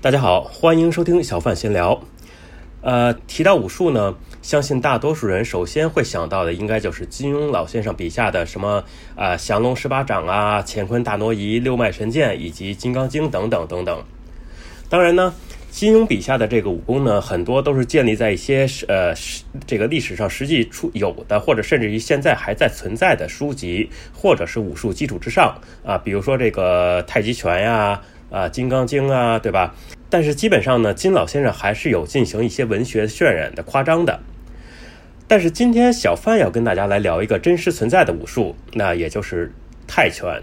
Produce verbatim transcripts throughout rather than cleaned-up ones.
大家好，欢迎收听小范闲聊。呃，提到武术呢，相信大多数人首先会想到的应该就是金庸老先生笔下的什么啊、呃、降龙十八掌啊、乾坤大挪移、六脉神剑以及金刚经等等等等。当然呢，金庸笔下的这个武功呢，很多都是建立在一些呃这个历史上实际出有的，或者甚至于现在还在存在的书籍或者是武术基础之上啊，比如说这个太极拳呀、啊金刚经啊，对吧？但是基本上呢，金老先生还是有进行一些文学渲染的夸张的。但是今天小范要跟大家来聊一个真实存在的武术，那也就是泰拳。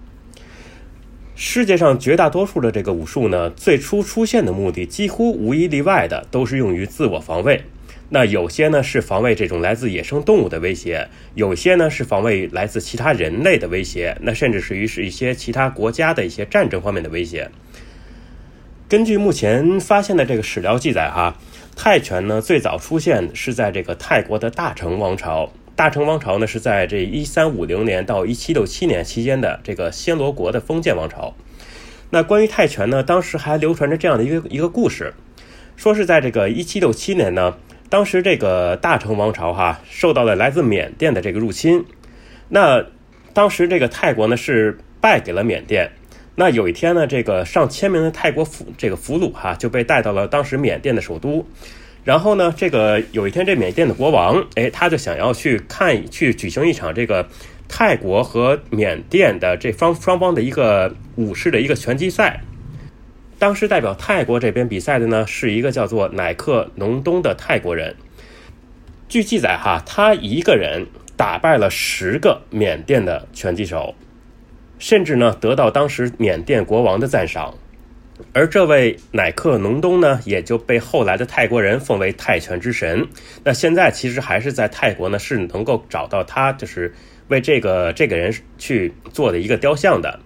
世界上绝大多数的这个武术呢，最初出现的目的几乎无一例外的都是用于自我防卫。那有些呢是防卫这种来自野生动物的威胁，有些呢是防卫来自其他人类的威胁，那甚至是于是一些其他国家的一些战争方面的威胁。根据目前发现的这个史料记载哈，泰拳呢最早出现是在这个泰国的大成王朝。大成王朝呢是在这一三五零年到一七六七年期间的这个暹罗国的封建王朝。那关于泰拳呢，当时还流传着这样的一个一个故事，说是在这个一七六七年呢，当时这个大成王朝哈受到了来自缅甸的这个入侵。那当时这个泰国呢是败给了缅甸。那有一天呢，这个上千名的泰国俘这个俘虏哈就被带到了当时缅甸的首都。然后呢，这个有一天这缅甸的国王，哎，他就想要去看去举行一场这个泰国和缅甸的这方双方的一个武士的一个拳击赛。当时代表泰国这边比赛的呢是一个叫做乃克农东的泰国人。据记载哈，他一个人打败了十个缅甸的拳击手，甚至呢得到当时缅甸国王的赞赏。而这位乃克农东呢，也就被后来的泰国人奉为泰拳之神。那现在其实还是在泰国呢，是能够找到他，就是为这个这个人去做的一个雕像的。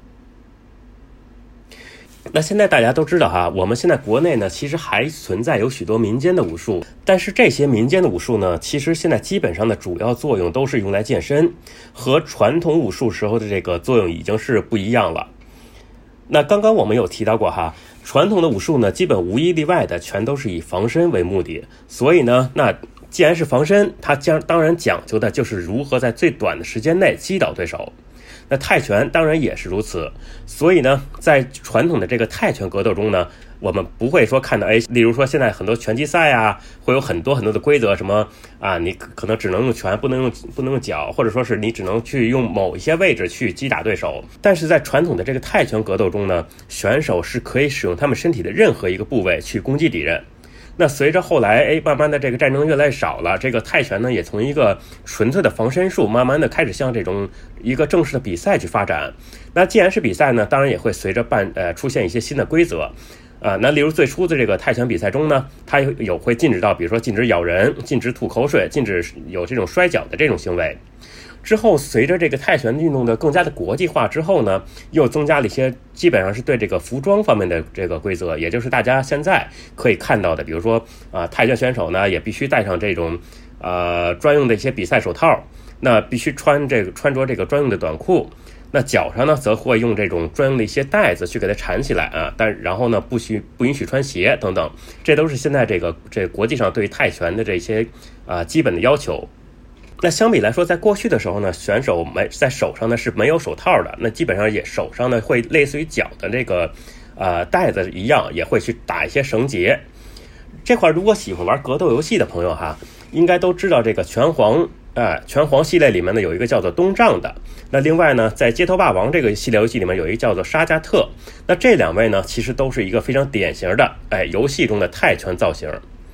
那现在大家都知道哈，我们现在国内呢，其实还存在有许多民间的武术，但是这些民间的武术呢，其实现在基本上的主要作用都是用来健身，和传统武术时候的这个作用已经是不一样了。那刚刚我们有提到过哈，传统的武术呢，基本无一例外的全都是以防身为目的，所以呢，那既然是防身，它将当然讲究的就是如何在最短的时间内击倒对手。那泰拳当然也是如此，所以呢，在传统的这个泰拳格斗中呢，我们不会说看到，哎，例如说现在很多拳击赛啊，会有很多很多的规则，什么啊，你可能只能用拳，不能用不能用脚，或者说是你只能去用某一些位置去击打对手。但是在传统的这个泰拳格斗中呢，选手是可以使用他们身体的任何一个部位去攻击敌人。那随着后来哎，慢慢的这个战争越来越少了，这个泰拳呢也从一个纯粹的防身术，慢慢的开始向这种一个正式的比赛去发展。那既然是比赛呢，当然也会随着办呃出现一些新的规则。啊、呃，那例如最初的这个泰拳比赛中呢，它有有会禁止到，比如说禁止咬人、禁止吐口水、禁止有这种摔跤的这种行为。之后随着这个泰拳运动的更加的国际化之后呢，又增加了一些基本上是对这个服装方面的这个规则，也就是大家现在可以看到的，比如说啊、呃，泰拳选手呢也必须戴上这种呃专用的一些比赛手套，那必须穿这个穿着这个专用的短裤，那脚上呢则会用这种专用的一些带子去给它缠起来啊，但然后呢不许不允许穿鞋等等，这都是现在这个这个国际上对于泰拳的这些啊、呃、基本的要求。那相比来说，在过去的时候呢，选手没在手上呢是没有手套的，那基本上也手上呢会类似于脚的这个呃带子一样，也会去打一些绳结。这块如果喜欢玩格斗游戏的朋友哈，应该都知道这个拳皇呃拳皇系列里面呢有一个叫做东丈的。那另外呢，在街头霸王这个系列游戏里面有一个叫做沙加特。那这两位呢，其实都是一个非常典型的哎游戏中的泰拳造型。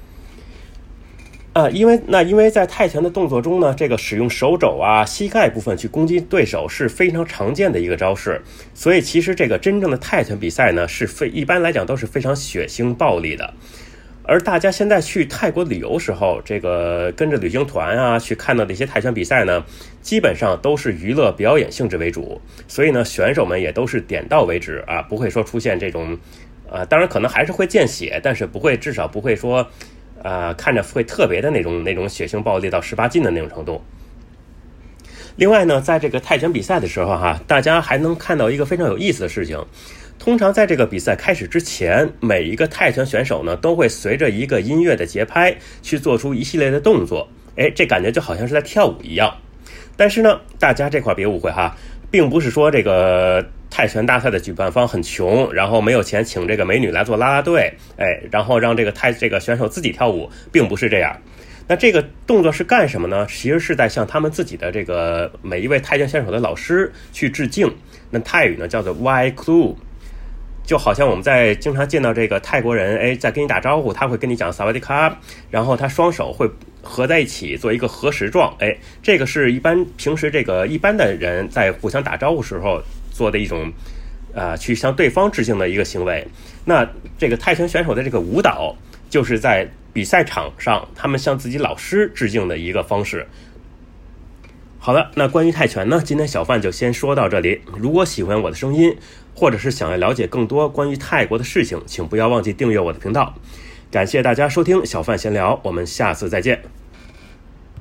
啊，因为那因为在泰拳的动作中呢，这个使用手肘啊、膝盖部分去攻击对手是非常常见的一个招式，所以其实这个真正的泰拳比赛呢，是非一般来讲都是非常血腥暴力的。而大家现在去泰国旅游时候，这个跟着旅行团啊去看到的一些泰拳比赛呢，基本上都是娱乐表演性质为主，所以呢，选手们也都是点到为止啊，不会说出现这种，啊，当然可能还是会见血，但是不会，至少不会说。呃，看着会特别的那种那种血腥暴力到十八禁的那种程度。另外呢，在这个泰拳比赛的时候哈，大家还能看到一个非常有意思的事情， 通常在这个比赛开始之前，每一个泰拳选手呢都会随着一个音乐的节拍去做出一系列的动作，哎，这感觉就好像是在跳舞一样。但是呢，大家这块别误会哈，并不是说这个泰拳大赛的举办方很穷，然后没有钱请这个美女来做啦啦队，哎，然后让这个泰这个选手自己跳舞，并不是这样。那这个动作是干什么呢？其实是在向他们自己的这个每一位泰拳选手的老师去致敬。那泰语呢叫做 Wai Kru， 就好像我们在经常见到这个泰国人，哎，在跟你打招呼，他会跟你讲萨瓦迪卡，然后他双手会合在一起做一个合十状，哎，这个是一般平时这个一般的人在互相打招呼时候做的一种呃，去向对方致敬的一个行为。那这个泰拳选手的这个舞蹈就是在比赛场上他们向自己老师致敬的一个方式。好了，那关于泰拳呢，今天小范就先说到这里。如果喜欢我的声音，或者是想要了解更多关于泰国的事情，请不要忘记订阅我的频道。感谢大家收听小范闲聊，我们下次再见。